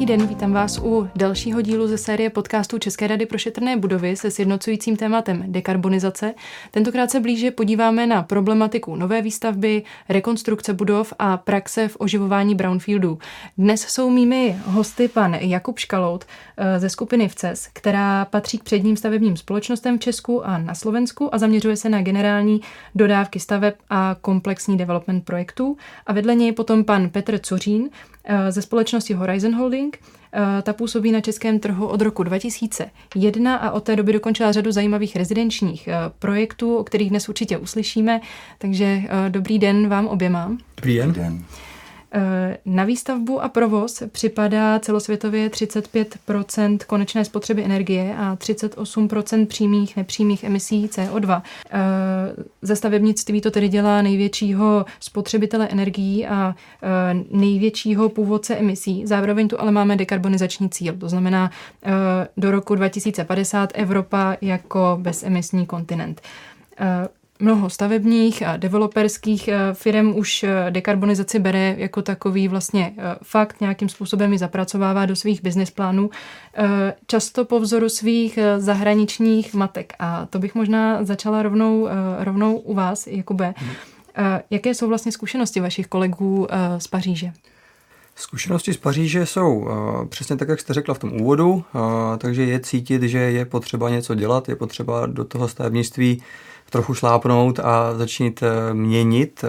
hezký den, vítám vás u dalšího dílu ze série podcastů České rady pro šetrné budovy se sjednocujícím tématem dekarbonizace. Tentokrát se blíže podíváme na problematiku nové výstavby, rekonstrukce budov a praxe v oživování brownfieldů. Dnes jsou mými hosty pan Jakub Škalout ze skupiny VCES, která patří k předním stavebním společnostem v Česku a na Slovensku a zaměřuje se na generální dodávky staveb a komplexní development projektů. A vedle něj potom pan Petr Cořín ze společnosti Horizon Holding. Ta působí na českém trhu od roku 2001 a od té doby dokončila řadu zajímavých rezidenčních projektů, o kterých dnes určitě uslyšíme. Takže dobrý den vám oběma. Dobrý den. Na výstavbu a provoz připadá celosvětově 35% konečné spotřeby energie a 38% přímých, nepřímých emisí CO2. Ze stavebnictví to tedy dělá největšího spotřebitele energií a největšího původce emisí. Zároveň tu ale máme dekarbonizační cíl, to znamená do roku 2050 Evropa jako bezemisní kontinent. Mnoho stavebních a developerských firm už dekarbonizaci bere jako takový vlastně fakt, nějakým způsobem ji zapracovává do svých business plánů, často po vzoru svých zahraničních matek. A to bych možná začala rovnou u vás, Jakube. Jaké jsou vlastně zkušenosti vašich kolegů z Paříže? Zkušenosti z Paříže jsou přesně tak, jak jste řekla v tom úvodu, takže je cítit, že je potřeba něco dělat, je potřeba do toho stavebnictví trochu šlápnout a začít měnit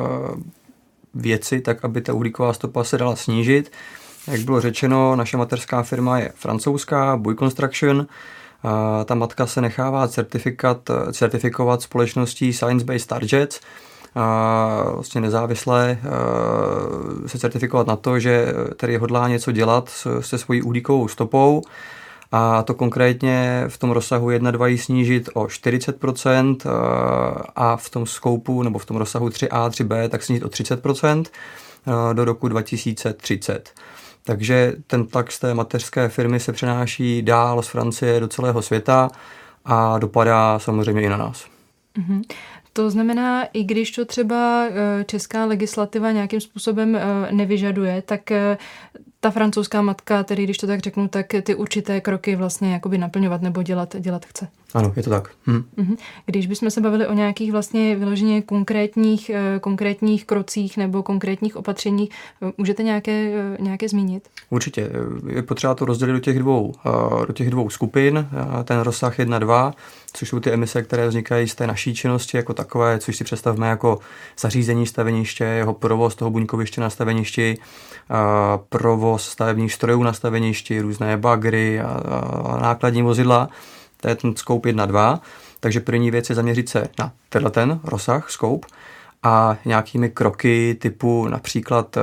věci tak, aby ta uhlíková stopa se dala snížit. Jak bylo řečeno, naše mateřská firma je francouzská, Bouygues Construction. Ta matka se nechává certifikovat společností Science Based Targets, vlastně nezávisle se certifikovat na to, že tady hodlá něco dělat se svojí uhlíkovou stopou. A to konkrétně v tom rozsahu 1.2 ji snížit o 40% a v tom skoupu nebo v tom rozsahu 3A, 3B tak snížit o 30% do roku 2030. Takže ten tlak z té mateřské firmy se přenáší dál z Francie do celého světa a dopadá samozřejmě i na nás. Mm-hmm. To znamená, i když to třeba česká legislativa nějakým způsobem nevyžaduje, tak ta francouzská matka, tedy když to tak řeknu, tak ty určité kroky vlastně jakoby naplňovat nebo dělat chce. Ano, je to tak. Když bychom se bavili o nějakých vlastně vyloženě konkrétních krocích nebo konkrétních opatřeních, můžete nějaké zmínit? Určitě. Je potřeba to rozdělit do těch dvou skupin. Ten rozsah 1.2, což jsou ty emise, které vznikají z té naší činnosti jako takové, což si představme jako zařízení staveniště, jeho provoz toho buňkoviště na staveništi, provoz stavebních strojů na staveništi, různé bagry a nákladní vozidla. To je ten scope 1.2. Takže první věc je zaměřit se na ten rozsah, scope, a nějakými kroky typu například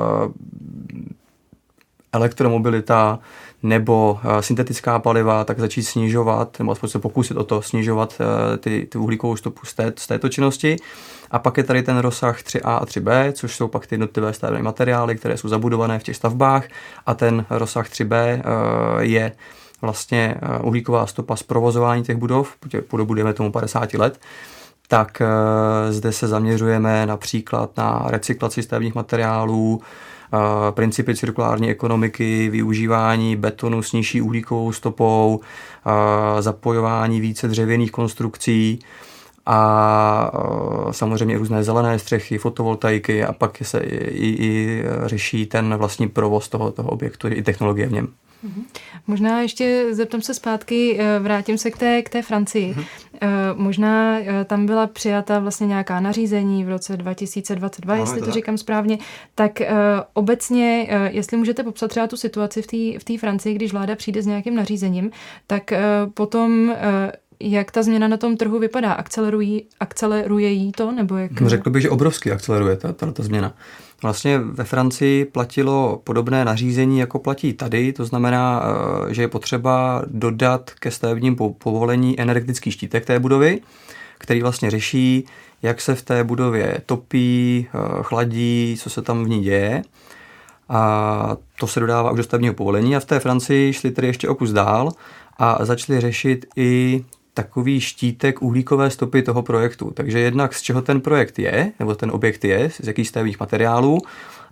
elektromobilita nebo syntetická paliva, tak začít snižovat, nebo aspoň se pokusit o to snižovat ty uhlíkovou stopu z této činnosti. A pak je tady ten rozsah 3A a 3B, což jsou pak ty jednotlivé stavební materiály, které jsou zabudované v těch stavbách, a ten rozsah 3B je vlastně uhlíková stopa z provozování těch budov, po dobu dejme tomu 50 let, tak zde se zaměřujeme například na recyklaci stavebních materiálů, principy cirkulární ekonomiky, využívání betonu s nižší uhlíkovou stopou, zapojování více dřevěných konstrukcí a samozřejmě různé zelené střechy, fotovoltaiky, a pak se i řeší ten vlastní provoz toho objektu, i technologie v něm. Možná ještě zeptám se zpátky, vrátím se k té Francii. Možná tam byla přijata vlastně nějaká nařízení v roce 2022, jestli to říkám správně. Tak obecně, jestli můžete popsat třeba tu situaci v té Francii, když vláda přijde s nějakým nařízením, tak potom jak ta změna na tom trhu vypadá? Akceleruje jí to? Nebo jak? Řekl bych, že obrovsky akceleruje ta změna. Vlastně ve Francii platilo podobné nařízení, jako platí tady, to znamená, že je potřeba dodat ke stavebním povolení energetický štítek té budovy, který vlastně řeší, jak se v té budově topí, chladí, co se tam v ní děje. A to se dodává už do stavebního povolení, a v té Francii šli tedy ještě o kus dál a začali řešit i takový štítek uhlíkové stopy toho projektu. Takže jednak z čeho ten projekt je, nebo ten objekt je, z jakých stavebních materiálů,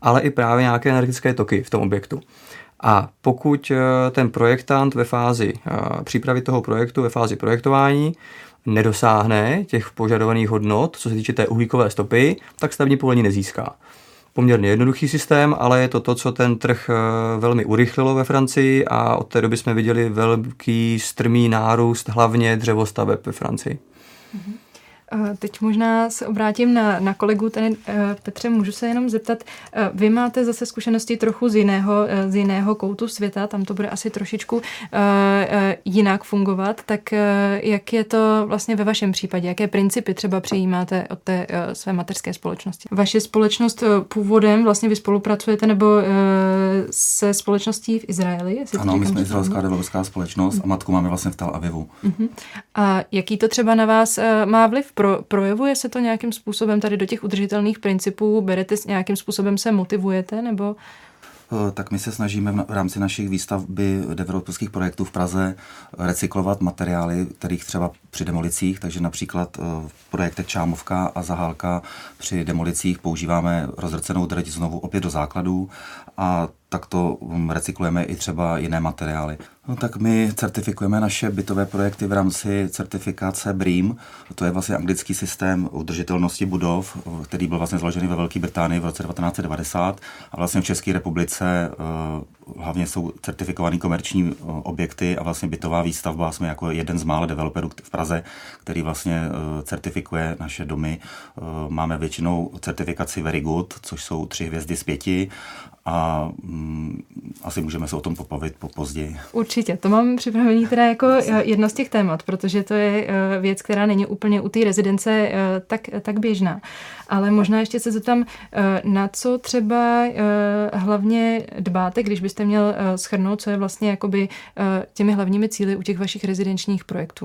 ale i právě nějaké energetické toky v tom objektu. A pokud ten projektant ve fázi přípravy toho projektu, ve fázi projektování nedosáhne těch požadovaných hodnot, co se týče té uhlíkové stopy, tak stavební povolení nezíská. Poměrně jednoduchý systém, ale je to, co ten trh velmi urychlilo ve Francii a od té doby jsme viděli velký strmý nárůst hlavně dřevostaveb ve Francii. Teď možná se obrátím na kolegu. Tady, Petře, můžu se jenom zeptat, vy máte zase zkušenosti trochu z jiného koutu světa, tam to bude asi trošičku jinak fungovat, tak jak je to vlastně ve vašem případě? Jaké principy třeba přijímáte od té své mateřské společnosti? Vaše společnost původem, vlastně vy spolupracujete nebo se společností v Izraeli? Ano, my jsme izraelská developerská společnost a matku máme vlastně v Tel Avivu. A jaký to třeba na vás má vliv? Projevuje se to nějakým způsobem tady do těch udržitelných principů? Berete nějakým způsobem, se motivujete? Nebo? Tak my se snažíme v rámci našich výstavby developerských projektů v Praze recyklovat materiály, kterých třeba při demolicích, takže například v projektech Čámovka a Zahálka při demolicích používáme rozrcenou drť znovu opět do základů a takto recyklujeme i třeba jiné materiály. No, tak my certifikujeme naše bytové projekty v rámci certifikace BREEAM. To je vlastně anglický systém udržitelnosti budov, který byl vlastně založený ve Velké Británii v roce 1990 a vlastně v České republice hlavně jsou certifikovaný komerční objekty a vlastně bytová výstavba. Jsme jako jeden z mála developerů v Praze, který vlastně certifikuje naše domy. Máme většinou certifikaci Very Good, což jsou 3 hvězdy z 5 a asi můžeme se o tom popavit později. Určitě, to mám připravený teda jako jedno z těch témat, protože to je věc, která není úplně u té rezidence tak běžná. Ale možná ještě se zeptám, na co třeba hlavně dbáte, když byste měl shrnout, co je vlastně jakoby těmi hlavními cíli u těch vašich rezidenčních projektů?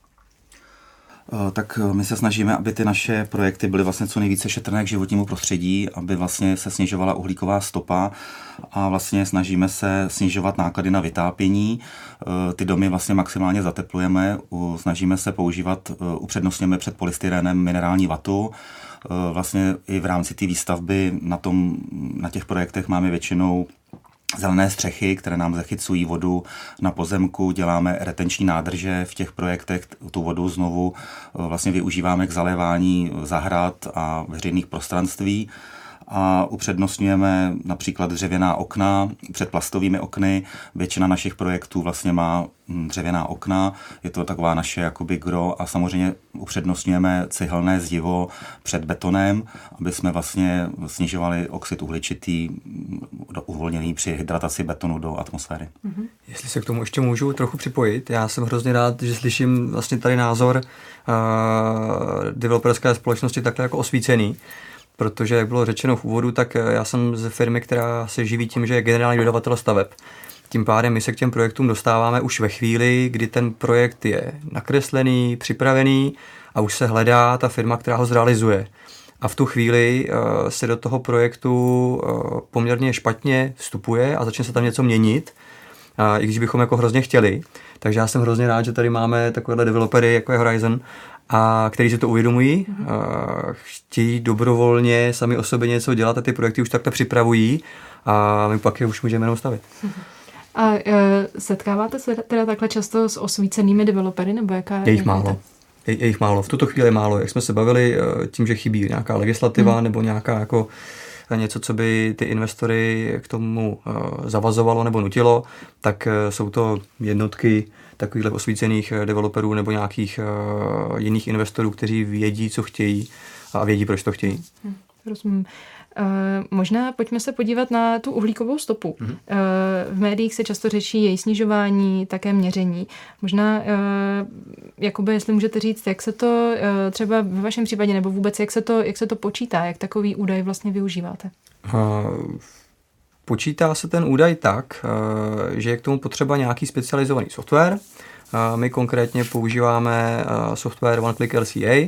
Tak my se snažíme, aby ty naše projekty byly vlastně co nejvíce šetrné k životnímu prostředí, aby vlastně se snižovala uhlíková stopa a vlastně snažíme se snižovat náklady na vytápění. Ty domy vlastně maximálně zateplujeme, snažíme se používat, upřednostňujeme před polystyrenem minerální vatu. Vlastně i v rámci té výstavby na těch projektech máme většinou zelené střechy, které nám zachycují vodu na pozemku, děláme retenční nádrže v těch projektech, tu vodu znovu vlastně využíváme k zalévání zahrad a veřejných prostranství a upřednostňujeme například dřevěná okna před plastovými okny. Většina našich projektů vlastně má dřevěná okna, je to taková naše jakoby gro a samozřejmě upřednostňujeme cihelné zdivo před betonem, aby jsme vlastně snižovali oxid uhličitý uvolněný při hydrataci betonu do atmosféry. Jestli se k tomu ještě můžu trochu připojit, já jsem hrozně rád, že slyším vlastně tady názor developerské společnosti takhle jako osvícený, protože, jak bylo řečeno v úvodu, tak já jsem ze firmy, která se živí tím, že je generální dodavatel staveb. Tím pádem my se k těm projektům dostáváme už ve chvíli, kdy ten projekt je nakreslený, připravený a už se hledá ta firma, která ho zrealizuje. A v tu chvíli se do toho projektu poměrně špatně vstupuje a začne se tam něco měnit, i když bychom jako hrozně chtěli. Takže já jsem hrozně rád, že tady máme takovéhle developery, jako je Horizon, a který si to uvědomují, chtějí dobrovolně sami o sobě něco dělat a ty projekty už takhle připravují a my pak je už můžeme jenom stavit. A setkáváte se teda takhle často s osvícenými developery, nebo jaká je jich málo? Je jich málo. V tuto chvíli je málo. Jak jsme se bavili tím, že chybí nějaká legislativa nebo nějaká jako něco, co by ty investory k tomu zavazovalo nebo nutilo, tak jsou to jednotky takovýchhle osvícených developerů nebo nějakých jiných investorů, kteří vědí, co chtějí a vědí, proč to chtějí. Rozumím. Možná pojďme se podívat na tu uhlíkovou stopu. V médiích se často řeší její snižování, také měření. Možná, jakoby, jestli můžete říct, jak se to třeba ve vašem případě, nebo vůbec jak se to počítá, jak takový údaj vlastně využíváte? Počítá se ten údaj tak, že je k tomu potřeba nějaký specializovaný software. My konkrétně používáme software OneClick LCA.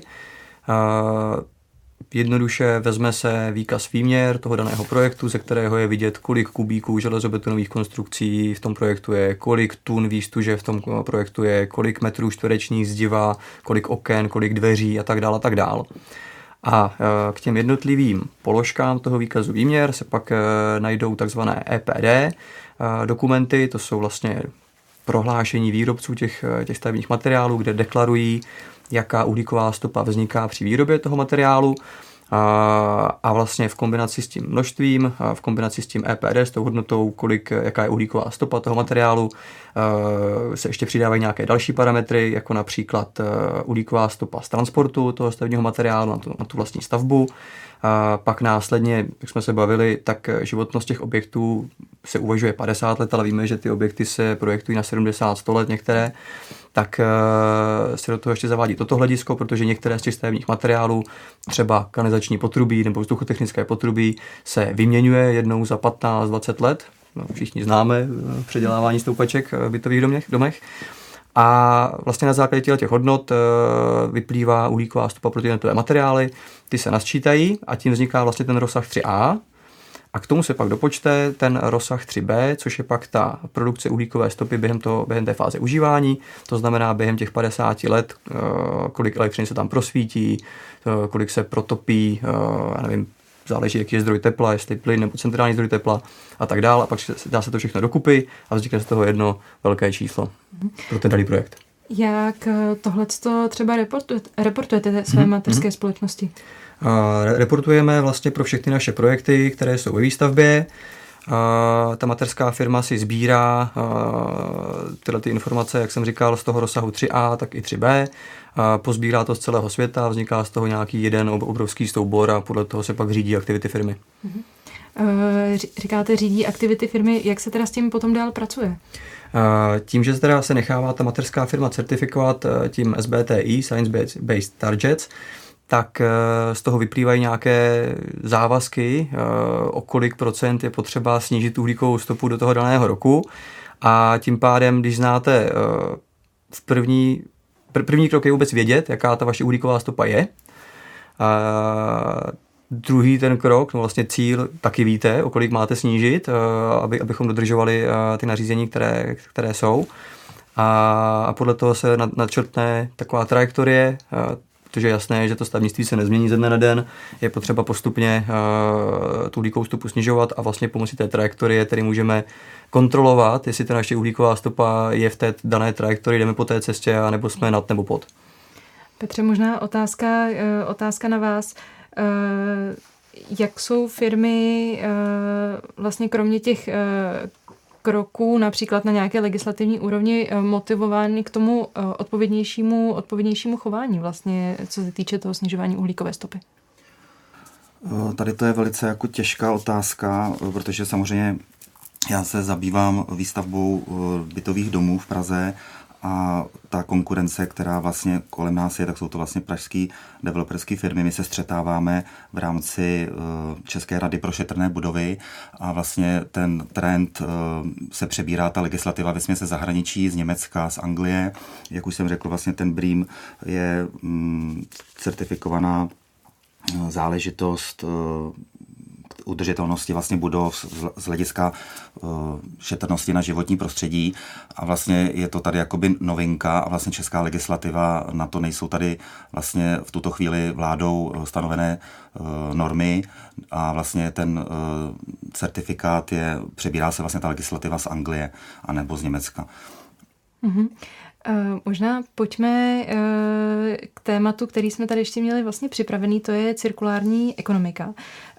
Jednoduše vezme se výkaz výměr toho daného projektu, ze kterého je vidět, kolik kubíků železobetonových konstrukcí v tom projektu je, kolik tun výstuže v tom projektu je, kolik metrů čtverečních zdiva, kolik oken, kolik dveří a tak dále, a tak dále. A k těm jednotlivým položkám toho výkazu výměr se pak najdou takzvané EPD dokumenty, to jsou vlastně prohlášení výrobců těch stavebních materiálů, kde deklarují, jaká uhlíková stopa vzniká při výrobě toho materiálu. A vlastně v kombinaci s tím množstvím, v kombinaci s tím EPD, s tou hodnotou, jaká je uhlíková stopa toho materiálu, se ještě přidávají nějaké další parametry, jako například uhlíková stopa z transportu toho stavebního materiálu na tu vlastní stavbu. Pak následně, jak jsme se bavili, tak životnost těch objektů se uvažuje 50 let, ale víme, že ty objekty se projektují na 70-100 let některé, tak se do toho ještě zavádí toto hledisko, protože některé z těch stavebních materiálů, třeba kanalizační potrubí nebo vzduchotechnické potrubí, se vyměňuje jednou za 15-20 let. No, všichni známe předělávání stoupaček v bytových domech. A vlastně na základě těch hodnot vyplývá uhlíková stopa pro ty jednotlivé materiály, ty se nasčítají a tím vzniká vlastně ten rozsah 3A. A k tomu se pak dopočte ten rozsah 3B, což je pak ta produkce uhlíkové stopy během té fáze užívání. To znamená během těch 50 let, kolik elektřiny se tam prosvítí, kolik se protopí, já nevím, záleží, jaký je zdroj tepla, jestli plyn nebo centrální zdroj tepla a tak dále. A pak dá se to všechno dokupy a vznikne z toho jedno velké číslo pro ten daný projekt. Jak tohleto třeba reportujete své mateřské společnosti? Reportujeme vlastně pro všechny naše projekty, které jsou ve výstavbě. Ta mateřská firma si sbírá tyhle ty informace, jak jsem říkal, z toho rozsahu 3A, tak i 3B. Pozbírá to z celého světa, vzniká z toho nějaký jeden obrovský soubor a podle toho se pak řídí aktivity firmy. Říkáte řídí aktivity firmy, jak se teda s tím potom dál pracuje? Tím, že teda se nechává ta mateřská firma certifikovat tím SBTI, Science Based Targets, tak z toho vyplývají nějaké závazky, o kolik procent je potřeba snížit uhlíkovou stopu do toho daného roku. A tím pádem, když znáte první krok je vůbec vědět, jaká ta vaše uhlíková stopa je. Druhý ten krok, no vlastně cíl, taky víte, o kolik máte snížit, abychom dodržovali ty nařízení, které jsou. A podle toho se načrtne taková trajektorie, protože je jasné, že to stavnictví se nezmění ze dne na den, je potřeba postupně tu uhlíkovou stopu snižovat a vlastně pomocí té trajektorie tedy můžeme kontrolovat, jestli ta naše uhlíková stopa je v té dané trajektorii, jdeme po té cestě, nebo jsme nad nebo pod. Petře, možná otázka na vás. Jak jsou firmy vlastně kromě těch kroků například na nějaké legislativní úrovni motivovány k tomu odpovědnějšímu chování vlastně, co se týče toho snižování uhlíkové stopy? Tady to je velice jako těžká otázka, protože samozřejmě já se zabývám výstavbou bytových domů v Praze a ta konkurence, která vlastně kolem nás je, tak jsou to vlastně pražské developerské firmy. My se střetáváme v rámci České rady pro šetrné budovy a vlastně ten trend se přebírá ta legislativa vesměs ze zahraničí, z Německa, z Anglie. Jak už jsem řekl, vlastně ten BREEAM je certifikovaná záležitost udržitelnosti vlastně budov z hlediska šetrnosti na životní prostředí a vlastně je to tady jakoby novinka a vlastně česká legislativa, na to nejsou tady vlastně v tuto chvíli vládou stanovené normy a vlastně ten certifikát přebírá se vlastně ta legislativa z Anglie anebo z Německa. Mm-hmm. Možná pojďme k tématu, který jsme tady ještě měli vlastně připravený, to je cirkulární ekonomika.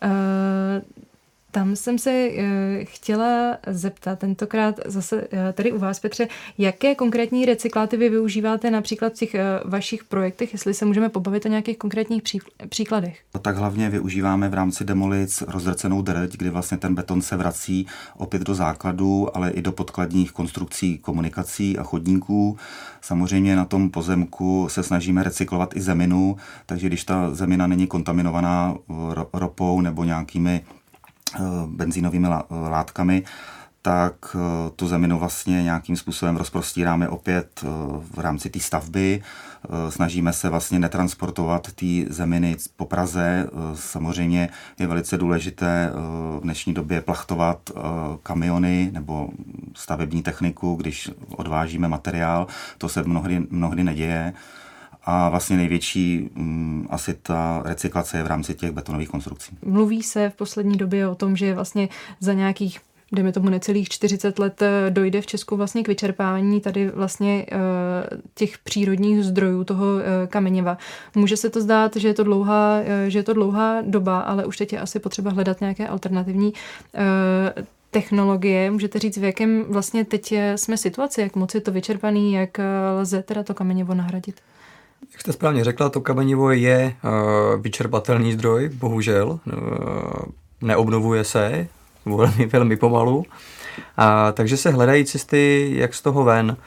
Tam jsem se chtěla zeptat tentokrát zase tady u vás, Petře, jaké konkrétní recykláty vy využíváte například v těch vašich projektech, jestli se můžeme pobavit o nějakých konkrétních příkladech? Tak hlavně využíváme v rámci demolic rozdrcenou drť, kdy vlastně ten beton se vrací opět do základů, ale i do podkladních konstrukcí komunikací a chodníků. Samozřejmě na tom pozemku se snažíme recyklovat i zeminu, takže když ta zemina není kontaminovaná ropou nebo nějakými benzínovými látkami, tak tu zeminu vlastně nějakým způsobem rozprostíráme opět v rámci té stavby. Snažíme se vlastně netransportovat ty zeminy po Praze. Samozřejmě je velice důležité v dnešní době plachtovat kamiony nebo stavební techniku, když odvážíme materiál. To se mnohdy neděje. a vlastně největší asi ta recyklace je v rámci těch betonových konstrukcí. Mluví se v poslední době o tom, že vlastně za nějakých dejme tomu necelých 40 let dojde v Česku vlastně k vyčerpávání tady vlastně těch přírodních zdrojů toho kameněva. Může se to zdát, že je to dlouhá doba, ale už teď je asi potřeba hledat nějaké alternativní technologie. Můžete říct, v jakém vlastně teď jsme situaci, jak moc je to vyčerpaný, jak lze teda to kameněvo nahradit? Jak jste správně řekla, to kamenivo je vyčerpatelný zdroj, bohužel. Neobnovuje se, velmi, velmi pomalu. Takže se hledají cesty, jak z toho ven.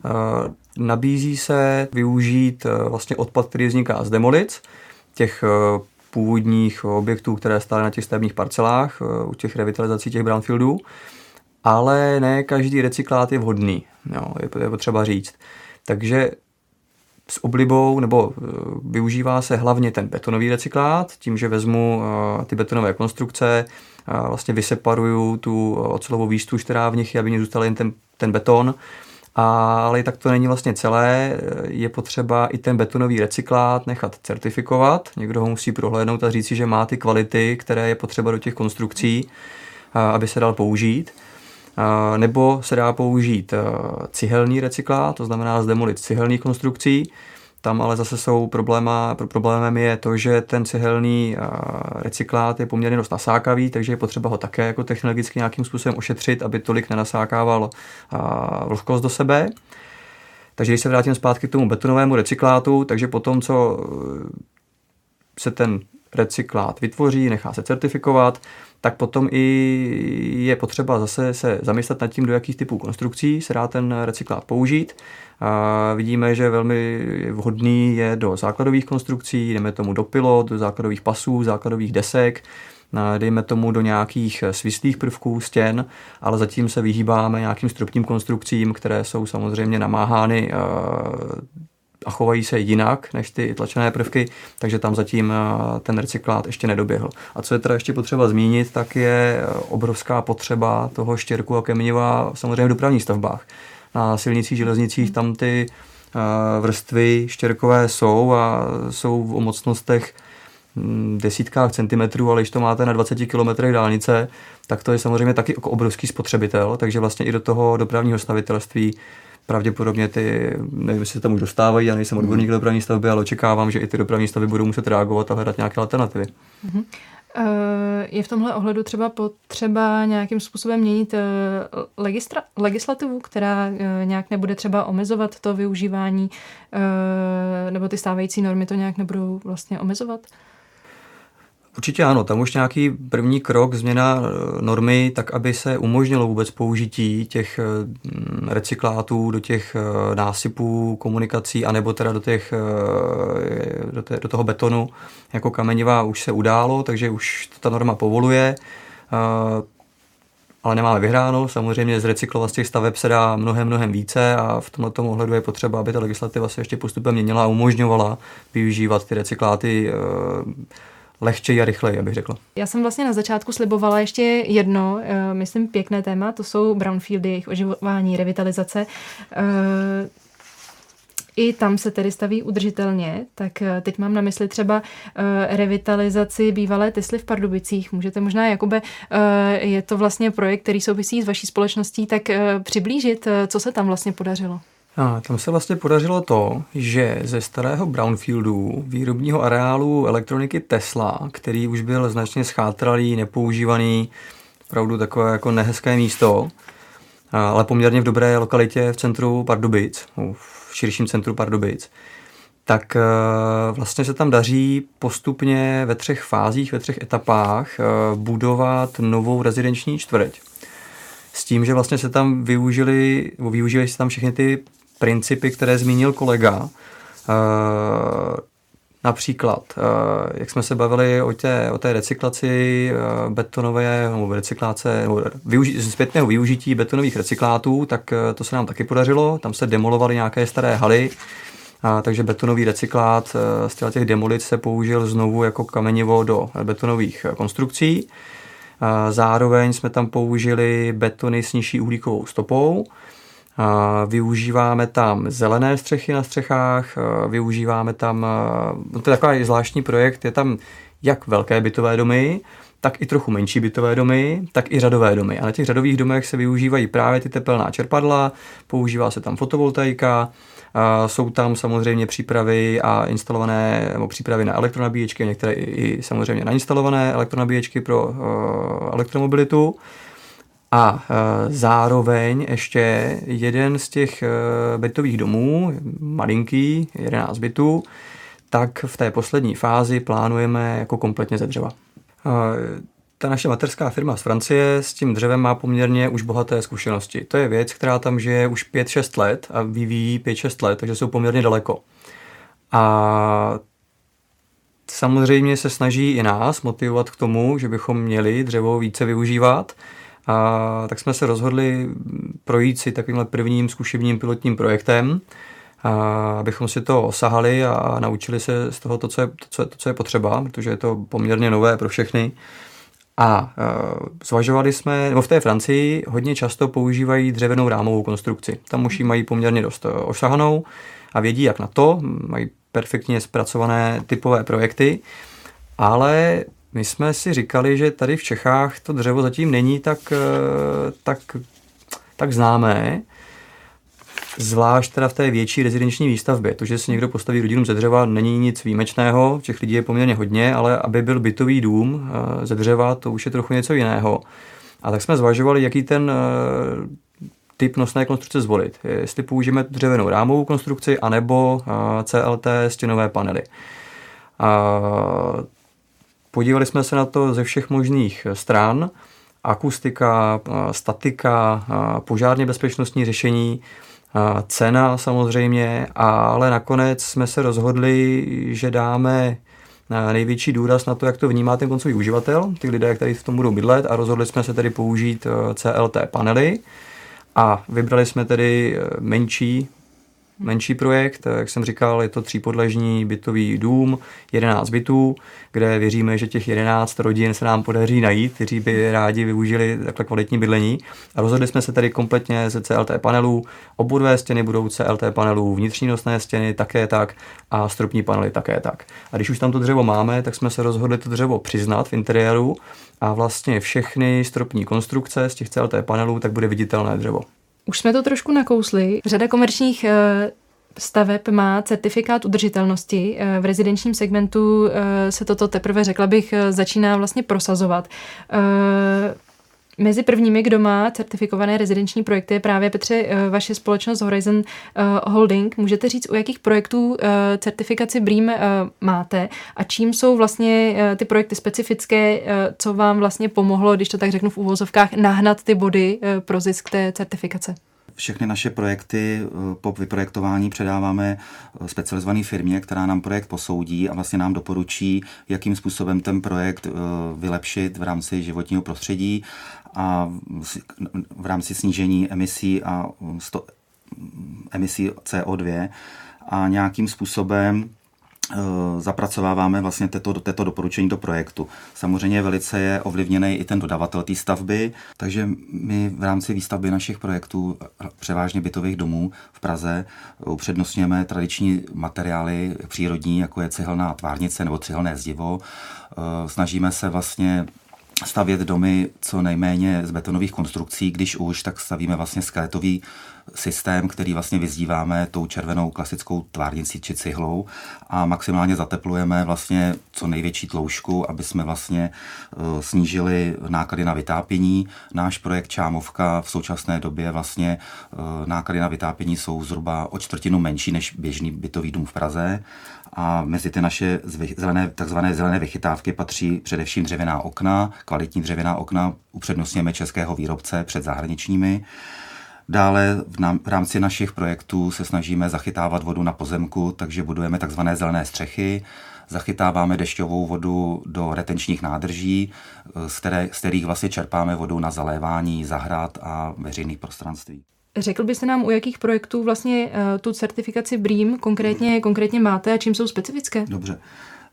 Nabízí se využít vlastně odpad, který vzniká z demolic, těch původních objektů, které stály na těch stavebních parcelách, u těch revitalizací těch brownfieldů, ale ne každý recyklát je vhodný, je potřeba říct. Takže s oblibou, nebo využívá se hlavně ten betonový recyklát, tím, že vezmu ty betonové konstrukce, vlastně vyseparuju tu ocelovou výstuž, která v nich je, aby mě zůstal jen ten beton, ale tak to není vlastně celé, je potřeba i ten betonový recyklát nechat certifikovat, někdo ho musí prohlédnout a říci, že má ty kvality, které je potřeba do těch konstrukcí, aby se dal použít. Nebo se dá použít cihelný recyklát, to znamená z demolic cihelných konstrukcí. Tam ale zase jsou problémem je to, že ten cihelný recyklát je poměrně dost nasákavý, takže je potřeba ho také jako technologicky nějakým způsobem ošetřit, aby tolik nenasákával vlhkost do sebe. Takže když se vrátím zpátky k tomu betonovému recyklátu, takže potom, co se ten recyklát vytvoří, nechá se certifikovat, tak potom i je potřeba zase se zamyslet nad tím, do jakých typů konstrukcí se dá ten recyklát použít. Vidíme, že velmi vhodný je do základových konstrukcí, dejme tomu do pilot, do základových pasů, základových desek, dejme tomu do nějakých svislých prvků stěn, ale zatím se vyhýbáme nějakým stropním konstrukcím, které jsou samozřejmě namáhány a chovají se jinak než ty tlačené prvky, takže tam zatím ten recyklát ještě nedoběhl. A co je teda ještě potřeba zmínit, tak je obrovská potřeba toho štěrku a kameniva samozřejmě v dopravních stavbách. Na silnicích, železnicích tam ty vrstvy štěrkové jsou a jsou v mocnostech desítkách centimetrů, ale když to máte na 20 kilometrech dálnice, tak to je samozřejmě taky jako obrovský spotřebitel, takže vlastně i do toho dopravního stavitelství pravděpodobně nevím, jestli se tam už dostávají, já nejsem odborník do dopravní stavby, ale očekávám, že i ty dopravní stavby budou muset reagovat a hledat nějaké alternativy. Je v tomhle ohledu třeba potřeba nějakým způsobem měnit legislativu, která nějak nebude třeba omezovat to využívání, nebo ty stávající normy to nějak nebudou vlastně omezovat? Určitě ano, tam už nějaký první krok, změna normy, tak aby se umožnilo vůbec použití těch recyklátů do těch násypů, komunikací, anebo teda do toho betonu jako kameniva už se událo, takže už ta norma povoluje, ale nemáme vyhráno. Samozřejmě z recyklovat z těch staveb se dá mnohem více a v tomto ohledu je potřeba, aby ta legislativa se ještě postupem měnila a umožňovala využívat ty recykláty lehčeji a rychleji, abych řekla. Já jsem vlastně na začátku slibovala ještě jedno, myslím pěkné téma, to jsou brownfieldy, jejich oživování, revitalizace. I tam se tedy staví udržitelně, tak teď mám na mysli třeba revitalizaci bývalé Tesly v Pardubicích. Můžete možná, Jakube, je to vlastně projekt, který souvisí s vaší společností, tak přiblížit, co se tam vlastně podařilo? Tam se vlastně podařilo to, že ze starého brownfieldu, výrobního areálu elektroniky Tesla, který už byl značně schátralý, nepoužívaný, opravdu takové jako nehezké místo, ale poměrně v dobré lokalitě v centru Pardubic, v širším centru Pardubic, tak vlastně se tam daří postupně ve 3 fázích, ve 3 etapách budovat novou rezidenční čtvrť. S tím, že vlastně se tam využívají se tam všechny ty principy, které zmínil kolega. Například, jak jsme se bavili o té recyklaci betonové, nebo recyklace, nebo zpětného využití betonových recyklátů, tak to se nám taky podařilo. Tam se demolovaly nějaké staré haly, takže betonový recyklát z těch demolic se použil znovu jako kamenivo do betonových konstrukcí. Zároveň jsme tam použili betony s nižší uhlíkovou stopou. Využíváme tam zelené střechy na střechách, využíváme tam, to je takový zvláštní projekt, je tam jak velké bytové domy, tak i trochu menší bytové domy, tak i řadové domy. A na těch řadových domech se využívají právě ty tepelná čerpadla, používá se tam fotovoltaika, jsou tam samozřejmě přípravy a instalované, nebo přípravy na elektronabíječky, některé i samozřejmě nainstalované elektronabíječky pro elektromobilitu. A zároveň ještě jeden z těch bytových domů, malinký, 11 bytů, tak v té poslední fázi plánujeme jako kompletně ze dřeva. Ta naše mateřská firma z Francie s tím dřevem má poměrně už bohaté zkušenosti. To je věc, která tam žije už 5-6 let a vyvíjí 5-6 let, takže jsou poměrně daleko. A samozřejmě se snaží i nás motivovat k tomu, že bychom měli dřevo více využívat. A tak jsme se rozhodli projít si takovýmhle prvním zkušebním pilotním projektem, abychom si to osahali a naučili se z toho to, co je potřeba, protože je to poměrně nové pro všechny. A zvažovali jsme, nebo v té Francii hodně často používají dřevěnou rámovou konstrukci. Tam už ji mají poměrně dost osahanou a vědí, jak na to. Mají perfektně zpracované typové projekty, ale my jsme si říkali, že tady v Čechách to dřevo zatím není tak známé, zvlášť teda v té větší rezidenční výstavbě. To, že si někdo postaví rodinu ze dřeva, není nic výjimečného, těch lidí je poměrně hodně, ale aby byl bytový dům ze dřeva, to už je trochu něco jiného. A tak jsme zvažovali, jaký ten typ nosné konstrukce zvolit. Jestli použijeme dřevěnou rámovou konstrukci, anebo CLT stěnové panely. Podívali jsme se na to ze všech možných stran, akustika, statika, požárně bezpečnostní řešení, cena samozřejmě, ale nakonec jsme se rozhodli, že dáme největší důraz na to, jak to vnímá ten koncový uživatel, ty lidé, kteří v tom budou bydlet, a rozhodli jsme se tedy použít CLT panely a vybrali jsme tedy menší projekt, jak jsem říkal, je to 3podlažní bytový dům, 11 bytů, kde věříme, že těch 11 rodin se nám podaří najít, kteří by rádi využili takhle kvalitní bydlení. A rozhodli jsme se tedy kompletně ze CLT panelů, obvodové stěny budou CLT panelů, vnitřní nosné stěny také tak a stropní panely také tak. A když už tam to dřevo máme, tak jsme se rozhodli to dřevo přiznat v interiéru a vlastně všechny stropní konstrukce z těch CLT panelů tak bude viditelné dřevo. Už jsme to trošku nakousli. Řada komerčních staveb má certifikát udržitelnosti. V rezidenčním segmentu se toto teprve, řekla bych, začíná vlastně prosazovat. Mezi prvními, kdo má certifikované rezidenční projekty, je právě, Petře, vaše společnost Horizon Holding. Můžete říct, u jakých projektů certifikaci BREEAM máte a čím jsou vlastně ty projekty specifické, co vám vlastně pomohlo, když to tak řeknu v uvozovkách, nahnat ty body pro zisk té certifikace? Všechny naše projekty po vyprojektování předáváme specializované firmě, která nám projekt posoudí a vlastně nám doporučí, jakým způsobem ten projekt vylepšit v rámci životního prostředí a v rámci snížení emisí emisí CO2 a nějakým způsobem zapracováváme vlastně této doporučení do projektu. Samozřejmě velice je ovlivněný i ten dodavatel té stavby, takže my v rámci výstavby našich projektů, převážně bytových domů v Praze, upřednostňujeme tradiční materiály přírodní, jako je cihelná tvárnice nebo cihelné zdivo. Snažíme se vlastně stavět domy co nejméně z betonových konstrukcí, když už, tak stavíme vlastně skeletový systém, který vlastně vyzdíváme tou červenou klasickou tvárnicí či cihlou a maximálně zateplujeme vlastně co největší tloušťku, aby jsme vlastně snížili náklady na vytápění. Náš projekt Čámovka v současné době vlastně náklady na vytápění jsou zhruba o 1/4 menší než běžný bytový dům v Praze. A mezi ty naše takzvané zelené vychytávky patří především dřevěná okna, kvalitní dřevěná okna, upřednostňujeme českého výrobce před zahraničními. Dále v rámci našich projektů se snažíme zachytávat vodu na pozemku, takže budujeme takzvané zelené střechy, zachytáváme dešťovou vodu do retenčních nádrží, z kterých vlastně čerpáme vodu na zalévání zahrad a veřejných prostranství. Řekl byste nám, u jakých projektů vlastně tu certifikaci BREEAM konkrétně máte a čím jsou specifické? Dobře.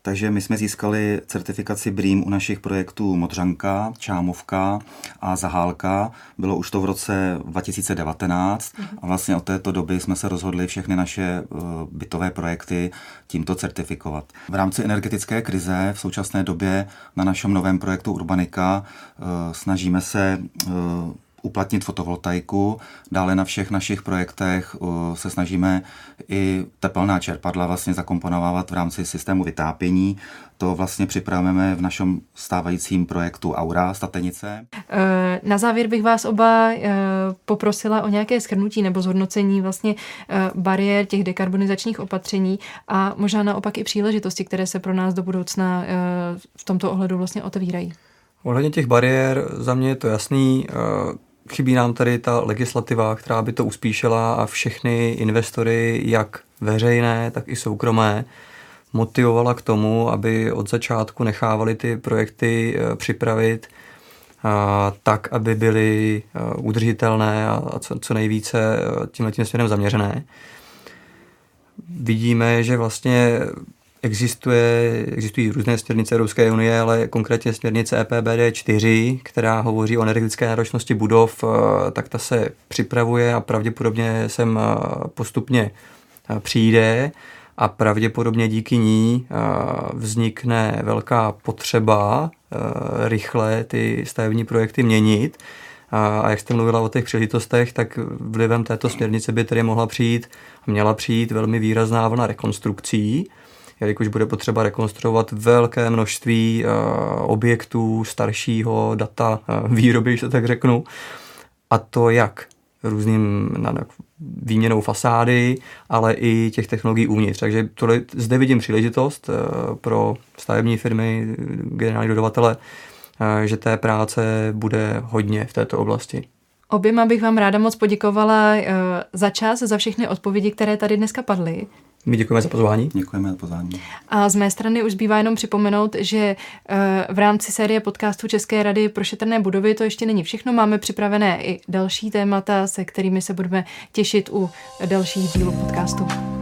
Takže my jsme získali certifikaci BREEAM u našich projektů Modřanka, Čámovka a Zahálka. Bylo už to v roce 2019 a vlastně od této doby jsme se rozhodli všechny naše bytové projekty tímto certifikovat. V rámci energetické krize v současné době na našem novém projektu Urbanika snažíme se uplatnit fotovoltaiku. Dále na všech našich projektech se snažíme i tepelná čerpadla vlastně zakomponovávat v rámci systému vytápění. To vlastně připravujeme v našem stávajícím projektu Aura Statenice. Na závěr bych vás oba poprosila o nějaké shrnutí nebo zhodnocení vlastně bariér těch dekarbonizačních opatření a možná naopak i příležitosti, které se pro nás do budoucna v tomto ohledu vlastně otevírají. Ohledně těch bariér za mě je to jasný. Chybí nám tady ta legislativa, která by to uspíšila a všechny investory, jak veřejné, tak i soukromé, motivovala k tomu, aby od začátku nechávali ty projekty připravit tak, aby byly udržitelné a co nejvíce tímhletím směrem zaměřené. Vidíme, že vlastně existují různé směrnice Evropské unie, ale konkrétně směrnice EPBD 4, která hovoří o energetické náročnosti budov, tak ta se připravuje a pravděpodobně sem postupně přijde a pravděpodobně díky ní vznikne velká potřeba rychle ty stavební projekty měnit. A jak jste mluvila o těch příležitostech, tak vlivem této směrnice by tedy měla přijít velmi výrazná vlna rekonstrukcí, jelikož bude potřeba rekonstruovat velké množství objektů staršího data výroby, když to tak řeknu. A to jak různým výměnou fasády, ale i těch technologií uvnitř. Takže zde vidím příležitost pro stavební firmy, generální dodavatele, že té práce bude hodně v této oblasti. Oběma bych vám ráda moc poděkovala za čas, za všechny odpovědi, které tady dneska padly. My děkujeme za pozvání. Děkujeme za pozvání. A z mé strany už zbývá jenom připomenout, že v rámci série podcastů České rady pro šetrné budovy to ještě není všechno. Máme připravené i další témata, se kterými se budeme těšit u dalších dílů podcastu.